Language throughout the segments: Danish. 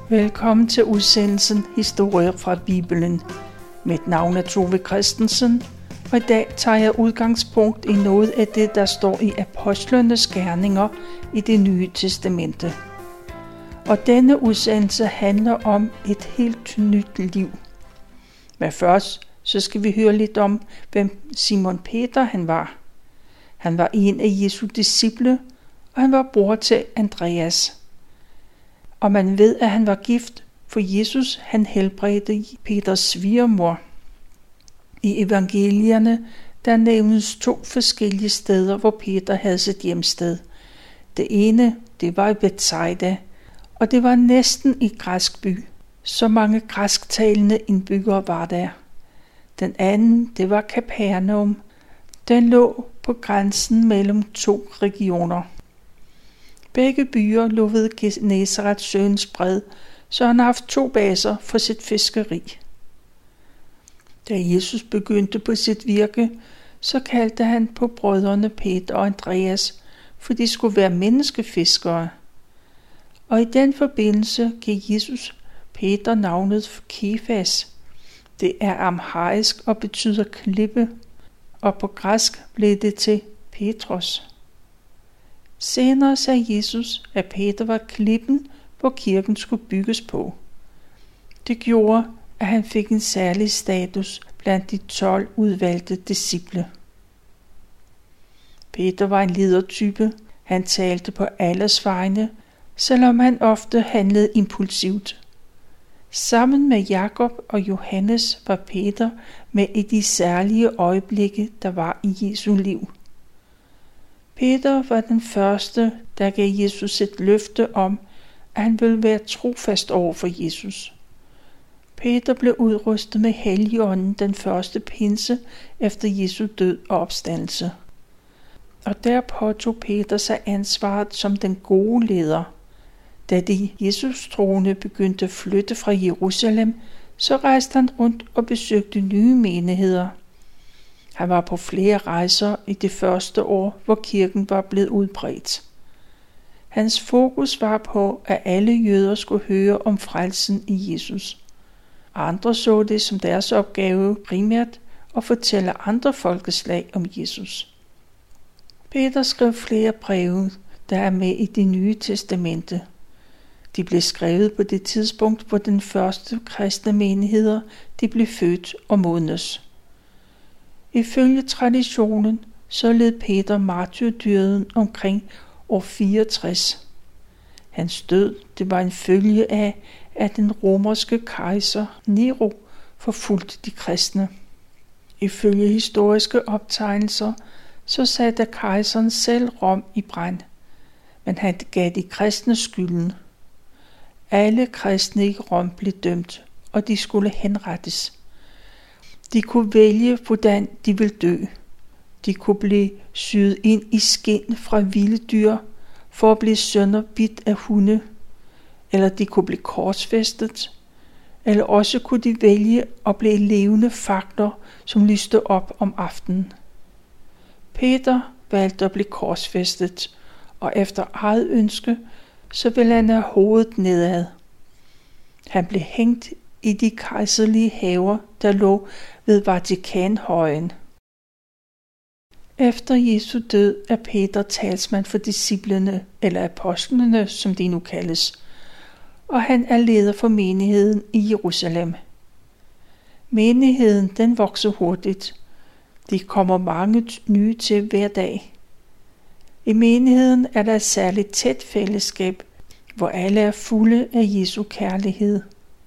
Velkommen til udsendelsen Historier fra Bibelen. Mit navn er Tove Christensen, og i dag tager jeg udgangspunkt i noget af det, der står i Apostlenes Gerninger i Det Nye Testamente. Og denne udsendelse handler om et helt nyt liv. Men først så skal vi høre lidt om, hvem Simon Peter han var. Han var en af Jesu disciple, og han var bror til Andreas. Og man ved, at han var gift, for Jesus han helbredte Peters svigermor. I evangelierne der nævnes 2 forskellige steder, hvor Peter havde sit hjemsted. Det ene, det var i Bethsaida, og det var næsten i græsk by. Så mange græsktalende indbyggere var der. Den anden, det var Kapernaum. Den lå på grænsen mellem 2 regioner. Begge byer lå ved Genesarets søens bred, så han har haft 2 baser for sit fiskeri. Da Jesus begyndte på sit virke, så kaldte han på brødrene Peter og Andreas, for de skulle være menneskefiskere. Og i den forbindelse gav Jesus Peter navnet Kefas. Det er amharisk og betyder klippe, og på græsk blev det til Petros. Senere sagde Jesus, at Peter var klippen, hvor kirken skulle bygges på. Det gjorde, at han fik en særlig status blandt de 12 udvalgte disciple. Peter var en ledertype. Han talte på alles vegne, selvom han ofte handlede impulsivt. Sammen med Jakob og Johannes var Peter med i de særlige øjeblikke, der var i Jesu liv. Peter var den første, der gav Jesus et løfte om, at han ville være trofast over for Jesus. Peter blev udrustet med Helligånden den første pinse efter Jesu død og opstandelse. Og der påtog Peter sig ansvaret som den gode leder. Da de Jesus troende begyndte at flytte fra Jerusalem, så rejste han rundt og besøgte nye menigheder. Han var på flere rejser i det første år, hvor kirken var blevet udbredt. Hans fokus var på, at alle jøder skulle høre om frelsen i Jesus. Andre så det som deres opgave primært at fortælle andre folkeslag om Jesus. Peter skrev flere breve, der er med i Det Nye Testamente. De blev skrevet på det tidspunkt, hvor den første kristne menigheder de blev født og modnes. Ifølge traditionen så led Peter martyrdøden omkring år 64. Hans død det var en følge af, at den romerske kejser Nero forfulgte de kristne. Ifølge historiske optegnelser så satte kejseren selv Rom i brand, men han gav de kristne skylden. Alle kristne i Rom blev dømt, og de skulle henrettes. De kunne vælge, hvordan de ville dø. De kunne blive syet ind i skind fra vilde dyr, for at blive sønderbidt af hunde, eller de kunne blive korsfæstet, eller også kunne de vælge at blive levende fakler, som lyste op om aftenen. Peter valgte at blive korsfæstet, og efter eget ønske, så ville han have hovedet nedad. Han blev hængt i de kejserlige haver, der lå ved Vatikanhøjen. Efter Jesu død er Peter talsmand for disciplene, eller apostlene, som de nu kaldes, og han er leder for menigheden i Jerusalem. Menigheden den vokser hurtigt. De kommer mange nye til hver dag. I menigheden er der et særligt tæt fællesskab, hvor alle er fulde af Jesu kærlighed.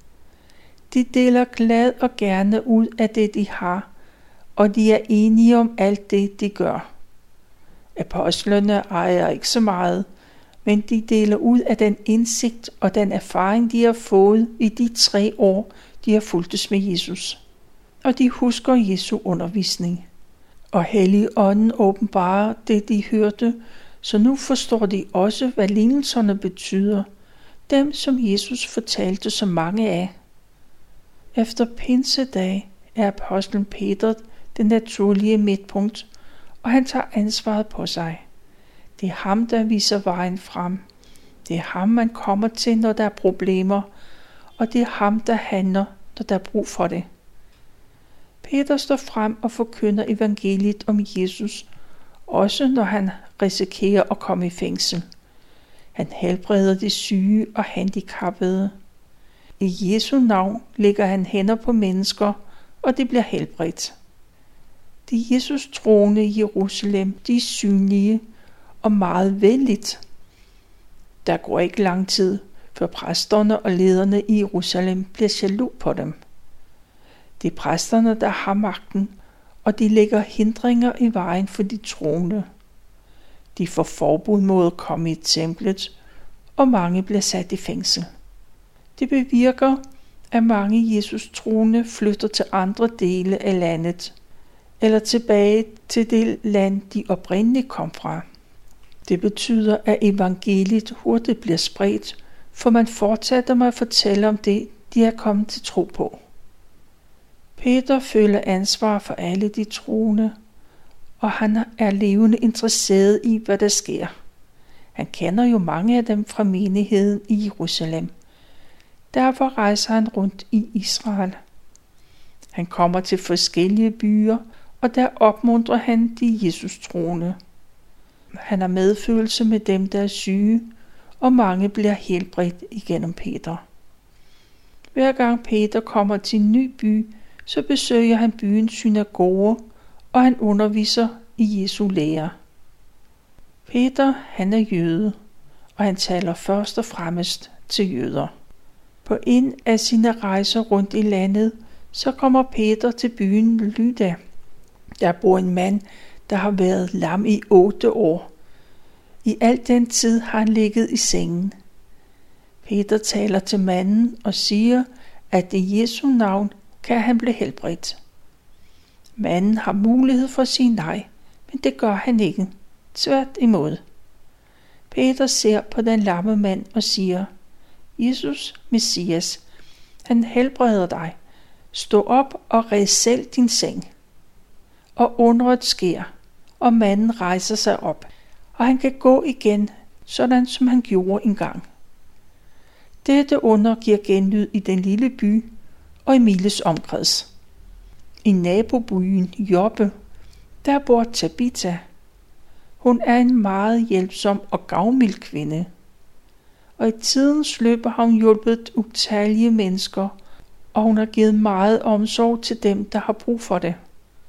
De deler glad og gerne ud af det, de har, og de er enige om alt det, de gør. Apostlene ejer ikke så meget, men de deler ud af den indsigt og den erfaring, de har fået i de 3 år, de har fulgtes med Jesus. Og de husker Jesu undervisning. Og Helligånden åbenbarer det, de hørte, så nu forstår de også, hvad lignelserne betyder. Dem, som Jesus fortalte så mange af. Efter pinsedag er apostlen Peter det naturlige midtpunkt, og han tager ansvaret på sig. Det er ham, der viser vejen frem. Det er ham, man kommer til, når der er problemer, og det er ham, der handler, når der er brug for det. Peter står frem og forkynder evangeliet om Jesus, også når han risikerer at komme i fængsel. Han helbreder de syge og handicappede. I Jesu navn lægger han hænder på mennesker, og de bliver helbredt. De Jesus troende i Jerusalem, de er synlige og meget venligt. Der går ikke lang tid, før præsterne og lederne i Jerusalem bliver jaloux på dem. Det er præsterne, der har magten, og de lægger hindringer i vejen for de troende. De får forbud mod at komme i templet, og mange bliver sat i fængsel. Det bevirker, at mange Jesus troende flytter til andre dele af landet, eller tilbage til det land, de oprindeligt kom fra. Det betyder, at evangeliet hurtigt bliver spredt, for man fortsætter med at fortælle om det, de er kommet til tro på. Peter føler ansvar for alle de troende, og han er levende interesseret i, hvad der sker. Han kender jo mange af dem fra menigheden i Jerusalem. Derfor rejser han rundt i Israel. Han kommer til forskellige byer, og der opmuntrer han de Jesus troende. Han har medfølelse med dem, der er syge, og mange bliver helbredt igennem Peter. Hver gang Peter kommer til en ny by, så besøger han byens synagoge, og han underviser i Jesu lære. Peter, han er jøde, og han taler først og fremmest til jøder. På en af sine rejser rundt i landet, så kommer Peter til byen Lydda. Der bor en mand, der har været lam i 8 år. I al den tid har han ligget i sengen. Peter taler til manden og siger, at i Jesu navn kan han blive helbredt. Manden har mulighed for at sige nej, men det gør han ikke. Tværtimod. Peter ser på den lamme mand og siger, Jesus, Messias, han helbreder dig. Stå op og red selv din seng. Og underet sker, og manden rejser sig op, og han kan gå igen, sådan som han gjorde engang. Dette under giver genlyd i den lille by og i miles omkreds. I nabobyen Joppe, der bor Tabitha. Hun er en meget hjælpsom og gavmild kvinde. Og i tidens løb har hun hjulpet utallige mennesker, og hun har givet meget omsorg til dem, der har brug for det.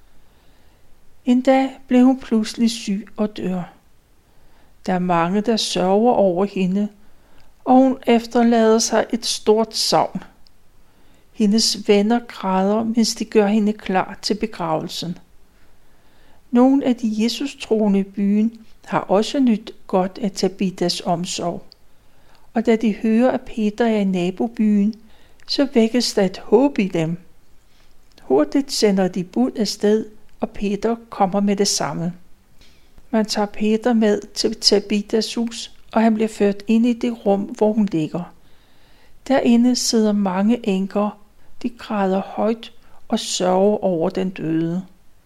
En dag blev hun pludselig syg og dør. Der er mange, der sørger over hende, og hun efterlader sig et stort savn. Hendes venner græder, mens de gør hende klar til begravelsen. Nogle af de Jesus-troende i byen har også nyt godt af Tabithas omsorg. Og da de hører, at Peter er i nabobyen, så vækkes der et håb i dem. Hurtigt sender de bud afsted, og Peter kommer med det samme. Man tager Peter med til Tabithas hus, og han bliver ført ind i det rum, hvor hun ligger. Derinde sidder mange enker. De græder højt og sørger over den døde.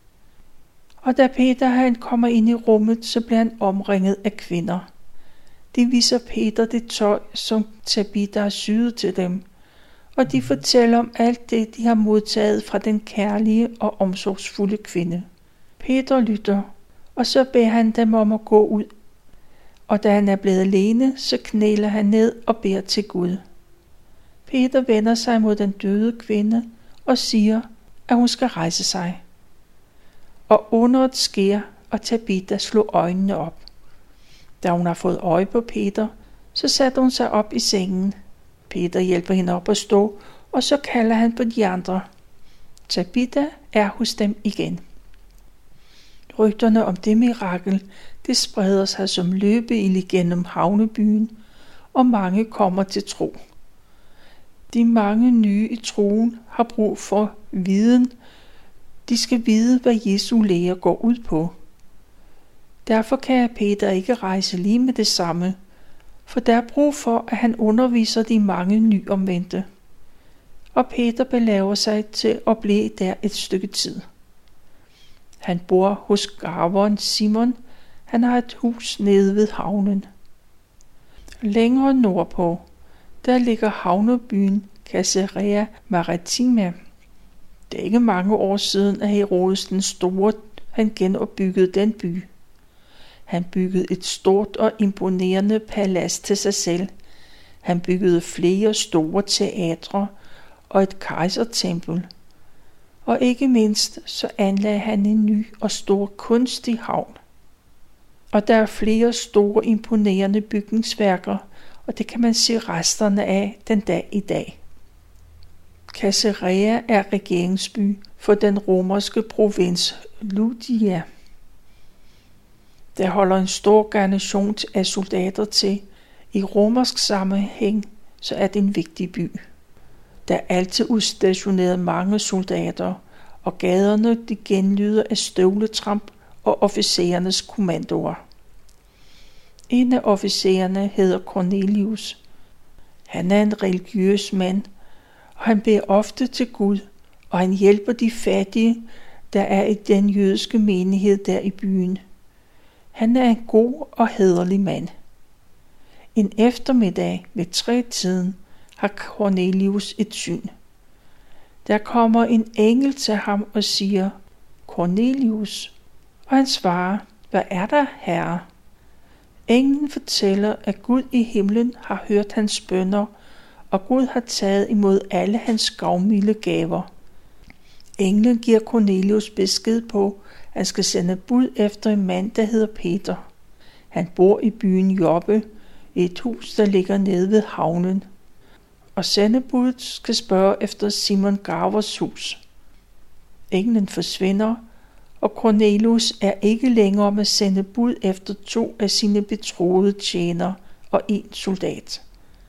Og da Peter han kommer ind i rummet, så bliver han omringet af kvinder. De viser Peter det tøj, som Tabitha har syet til dem, og de fortæller om alt det, de har modtaget fra den kærlige og omsorgsfulde kvinde. Peter lytter, og så beder han dem om at gå ud. Og da han er blevet alene, så knæler han ned og beder til Gud. Peter vender sig mod den døde kvinde og siger, at hun skal rejse sig. Og underet sker, og Tabitha slog øjnene op. Da hun har fået øje på Peter, så satte hun sig op i sengen. Peter hjælper hende op at stå, og så kalder han på de andre. Tabitha er hos dem igen. Rygterne om det mirakel, det spreder sig som løbeild igennem havnebyen, og mange kommer til tro. De mange nye i troen har brug for viden. De skal vide, hvad Jesu lære går ud på. Derfor kan Peter ikke rejse lige med det samme, for der er brug for, at han underviser de mange nyomvendte. Og Peter belaver sig til at blive der et stykke tid. Han bor hos garveren Simon. Han har et hus nede ved havnen. Længere nordpå, der ligger havnebyen Caesarea Maritima. Det er ikke mange år siden, at Herodes den Store han genopbyggede den by. Han byggede et stort og imponerende palads til sig selv. Han byggede flere store teatre og et kejsertempel. Og ikke mindst så anlagde han en ny og stor kunstig havn. Og der er flere store imponerende bygningsværker, og det kan man se resterne af den dag i dag. Caesarea er regeringsby for den romerske provins Lydia. Der holder en stor garnison af soldater til. I romersk sammenhæng så er det en vigtig by. Der er altid udstationeret mange soldater, og gaderne de genlyder af støvletramp og officerernes kommandoer. En af officererne hedder Cornelius. Han er en religiøs mand, og han beder ofte til Gud, og han hjælper de fattige, der er i den jødiske menighed der i byen. Han er en god og hæderlig mand. En eftermiddag ved 3-tiden har Cornelius et syn. Der kommer en engel til ham og siger, Cornelius, og han svarer, hvad er der, herre? Englen fortæller, at Gud i himlen har hørt hans bønner, og Gud har taget imod alle hans gavmilde gaver. Englen giver Cornelius besked på, at han skal sende bud efter en mand, der hedder Peter. Han bor i byen Joppe, i et hus, der ligger nede ved havnen. Og sendebuddet skal spørge efter Simon Garvers hus. Englen forsvinder, og Cornelius er ikke længere med at sende bud efter 2 af sine betroede tjenere og 1 soldat.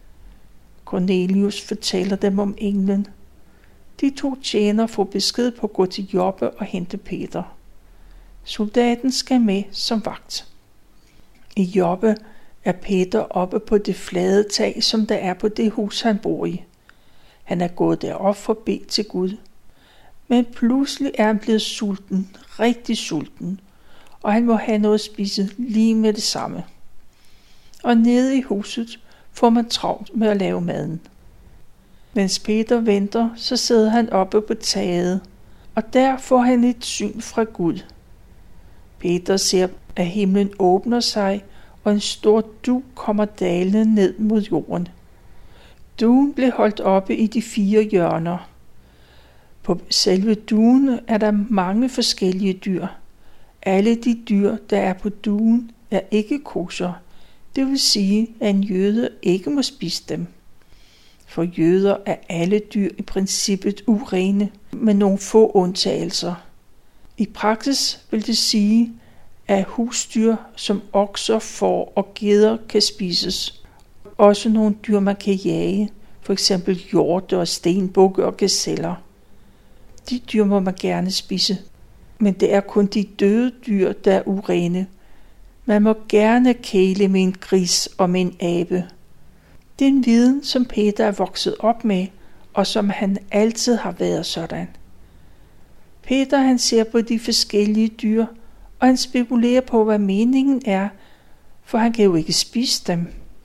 Cornelius fortæller dem om englen. De 2 tjenere får besked på at gå til Joppe og hente Peter. Soldaten skal med som vagt. I Joppe er Peter oppe på det flade tag, som der er på det hus, han bor i. Han er gået derop for at bede til Gud. Men pludselig er han blevet sulten, rigtig sulten, og han må have noget at spise lige med det samme. Og nede i huset får man travlt med at lave maden. Mens Peter venter, så sidder han oppe på taget, og der får han et syn fra Gud. Peter ser, at himlen åbner sig, og en stor dug kommer dalende ned mod jorden. Dugen blev holdt oppe i de 4 hjørner. På selve dugen er der mange forskellige dyr. Alle de dyr, der er på dugen, er ikke kosher. Det vil sige, at en jøde ikke må spise dem. For jøder er alle dyr i princippet urene, med nogle få undtagelser. I praksis vil det sige, at husdyr som okser, får og geder kan spises. Også nogle dyr, man kan jage, f.eks. hjorte og stenbukke og gazeller. De dyr må man gerne spise, men det er kun de døde dyr, der er urene. Man må gerne kæle med en gris og med en abe. Det er en viden, som Peter er vokset op med, og som han altid har været sådan. Peter han ser på de forskellige dyr, og han spekulerer på, hvad meningen er, for han kan jo ikke spise dem.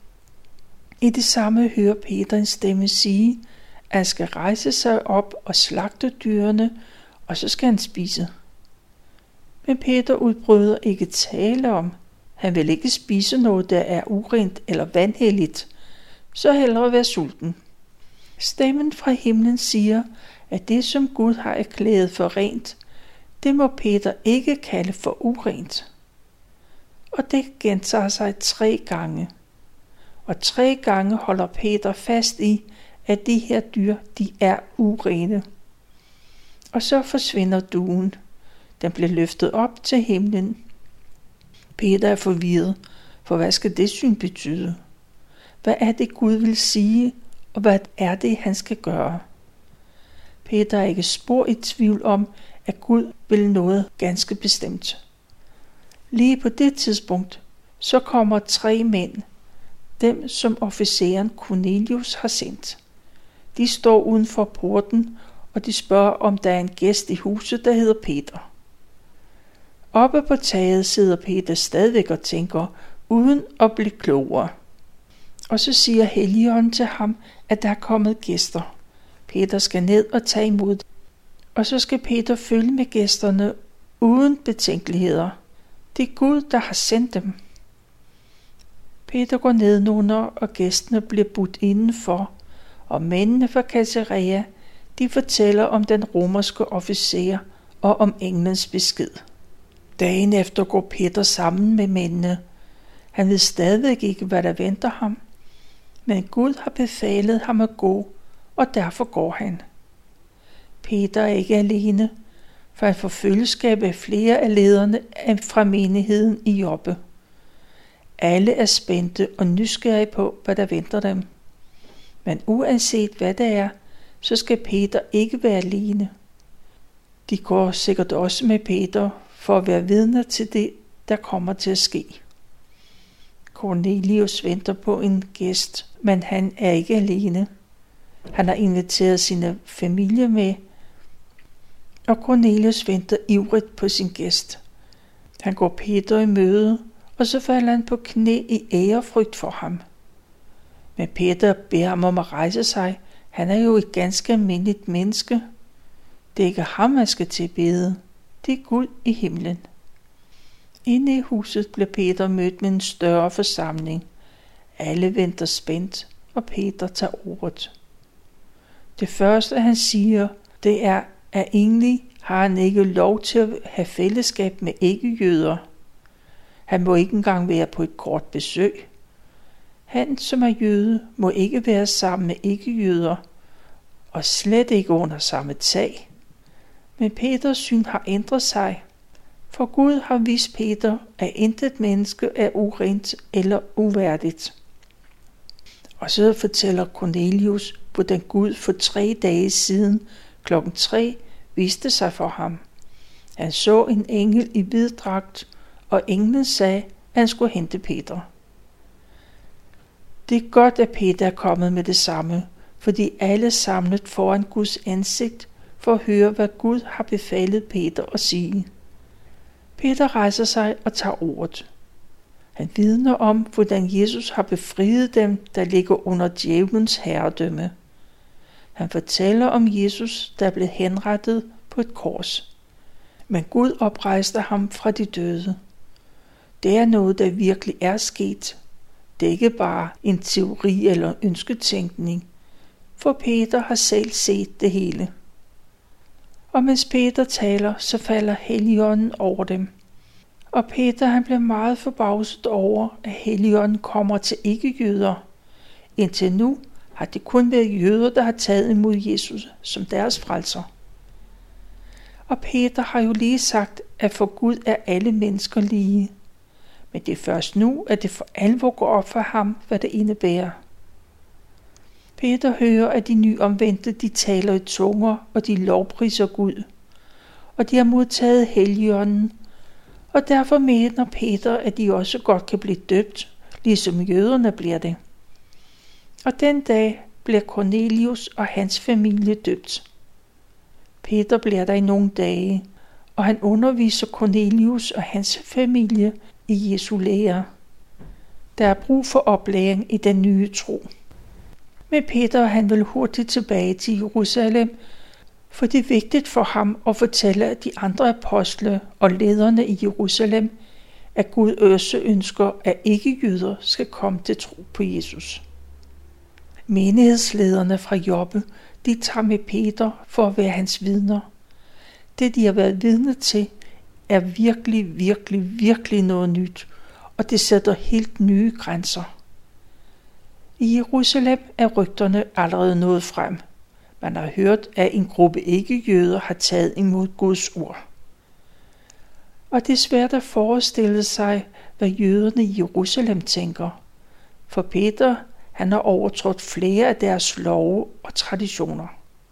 I det samme hører Peter en stemme sige, at han skal rejse sig op og slagte dyrene, og så skal han spise. Men Peter udbryder ikke tale om. Han vil ikke spise noget, der er urent eller vanhelligt, så hellere være sulten. Stemmen fra himlen siger, at det, som Gud har erklæret for rent, det må Peter ikke kalde for urent. Og det gentager sig 3 gange. Og 3 gange holder Peter fast i, at de her dyr, de er urene. Og så forsvinder dugen. Den bliver løftet op til himlen. Peter er forvirret, for hvad skal det syn betyde? Hvad er det Gud vil sige, og hvad er det han skal gøre? Peter er ikke spor i tvivl om, at Gud vil noget ganske bestemt. Lige på det tidspunkt, så kommer 3 mænd, dem som officeren Cornelius har sendt. De står uden for porten, og de spørger, om der er en gæst i huset, der hedder Peter. Oppe på taget sidder Peter stadigvæk og tænker, uden at blive klogere. Og så siger Helligånden til ham, at der er kommet gæster. Peter skal ned og tage imod, og så skal Peter følge med gæsterne uden betænkeligheder. Det er Gud, der har sendt dem. Peter går nedenunder, og gæstene bliver budt indenfor, og mændene fra Kaesarea, de fortæller om den romerske officer og om englens besked. Dagen efter går Peter sammen med mændene. Han ved stadigvæk ikke, hvad der venter ham, men Gud har befalet ham at gå, og derfor går han. Peter er ikke alene, for han får følgeskab af flere af lederne fra menigheden i Joppe. Alle er spændte og nysgerrige på, hvad der venter dem. Men uanset hvad det er, så skal Peter ikke være alene. De går sikkert også med Peter for at være vidner til det, der kommer til at ske. Cornelius venter på en gæst, men han er ikke alene. Han har inviteret sine familie med, og Cornelius venter ivrigt på sin gæst. Han går Peter i møde, og så falder han på knæ i ærefrygt for ham. Men Peter beder ham om at rejse sig. Han er jo et ganske almindeligt menneske. Det er ikke ham, man skal tilbede. Det er Gud i himlen. Inde i huset bliver Peter mødt med en større forsamling. Alle venter spændt, og Peter tager ordet. Det første, han siger, det er, at egentlig har han ikke lov til at have fællesskab med ikke-jøder. Han må ikke engang være på et kort besøg. Han, som er jøde, må ikke være sammen med ikke-jøder, og slet ikke under samme tag. Men Peters syn har ændret sig, for Gud har vist Peter, at intet menneske er urent eller uværdigt. Og så fortæller Cornelius, hvordan Gud for 3 dage siden 3:00 viste sig for ham. Han så en engel i hvid dragt, og englen sagde, at han skulle hente Peter. Det er godt, at Peter er kommet med det samme, fordi alle samlet foran Guds ansigt for at høre, hvad Gud har befalet Peter at sige. Peter rejser sig og tager ordet. Han vidner om, hvordan Jesus har befriet dem, der ligger under djævelens herredømme. Han fortæller om Jesus, der blev henrettet på et kors. Men Gud oprejste ham fra de døde. Det er noget, der virkelig er sket. Det er ikke bare en teori eller ønsketænkning, for Peter har selv set det hele. Og mens Peter taler, så falder Helligånden over dem. Og Peter han blev meget forbavset over, at Helligånden kommer til ikke-jøder. Indtil nu har det kun været jøder, der har taget imod Jesus som deres frelser. Og Peter har jo lige sagt, at for Gud er alle mennesker lige. Men det er først nu, at det for alvor går op for ham, hvad det indebærer. Peter hører, at de nyomvendte, de taler i tunger, og de lovpriser Gud. Og de har modtaget Helligånden, og derfor mener Peter, at de også godt kan blive døbt, ligesom jøderne bliver det. Og den dag bliver Cornelius og hans familie døbt. Peter bliver der i nogle dage, og han underviser Cornelius og hans familie i Jesu lære. Der er brug for oplæring i den nye tro. Men Peter han vil hurtigt tilbage til Jerusalem, for det er vigtigt for ham at fortælle de andre apostle og lederne i Jerusalem, at Gud også ønsker, at ikke-jøder skal komme til tro på Jesus. Menighedslederne fra Joppe, de tager med Peter for at være hans vidner. Det, de har været vidne til, er virkelig noget nyt, og det sætter helt nye grænser. I Jerusalem er rygterne allerede nået frem. Man har hørt, at en gruppe ikke-jøder har taget imod Guds ord. Og det er svært at forestille sig, hvad jøderne i Jerusalem tænker. For Peter, han har overtrådt flere af deres love og traditioner.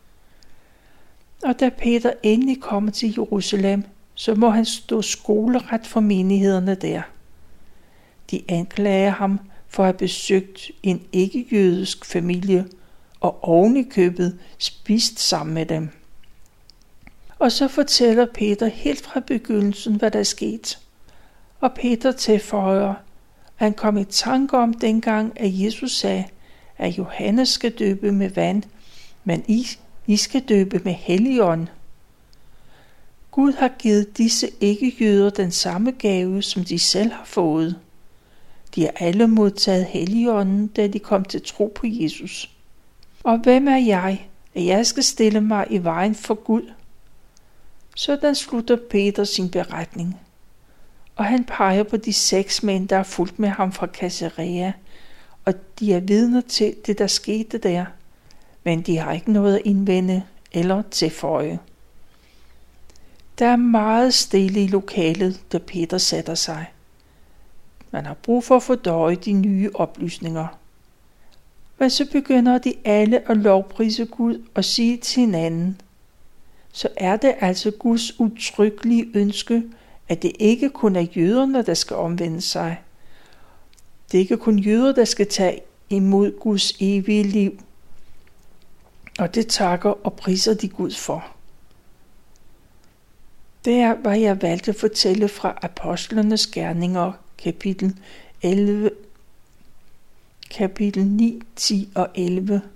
Og da Peter endelig kommer til Jerusalem, så må han stå skoleret for menighederne der. De anklager ham for at have besøgt en ikke-jødisk familie og oven i købet spist sammen med dem. Og så fortæller Peter helt fra begyndelsen, hvad der er sket. Og Peter tilføjer, at han kom i tanke om dengang, at Jesus sagde, at Johannes skal døbe med vand, men I I skal døbe med Helligånd. Gud har givet disse ikke-jøder den samme gave, som de selv har fået. De har alle modtaget Helligånden, da de kom til tro på Jesus. Og hvem er jeg, at jeg skal stille mig i vejen for Gud? Sådan slutter Peter sin beretning. Og han peger på de 6 mænd, der er fulgt med ham fra Caesarea, og de er vidner til det, der skete der, men de har ikke noget at indvende eller tilføje. Der er meget stille i lokalet, da Peter sætter sig. Man har brug for at fordøje de nye oplysninger. Men så begynder de alle at lovprise Gud og sige til hinanden, så er det altså Guds udtrykkelige ønske, at det ikke kun er jøderne, der skal omvende sig. Det er ikke kun jøder, der skal tage imod Guds evige liv. Og det takker og priser de Gud for. Det er, hvad jeg valgte at fortælle fra Apostlenes Gerninger, kapitel 9, 10 og 11.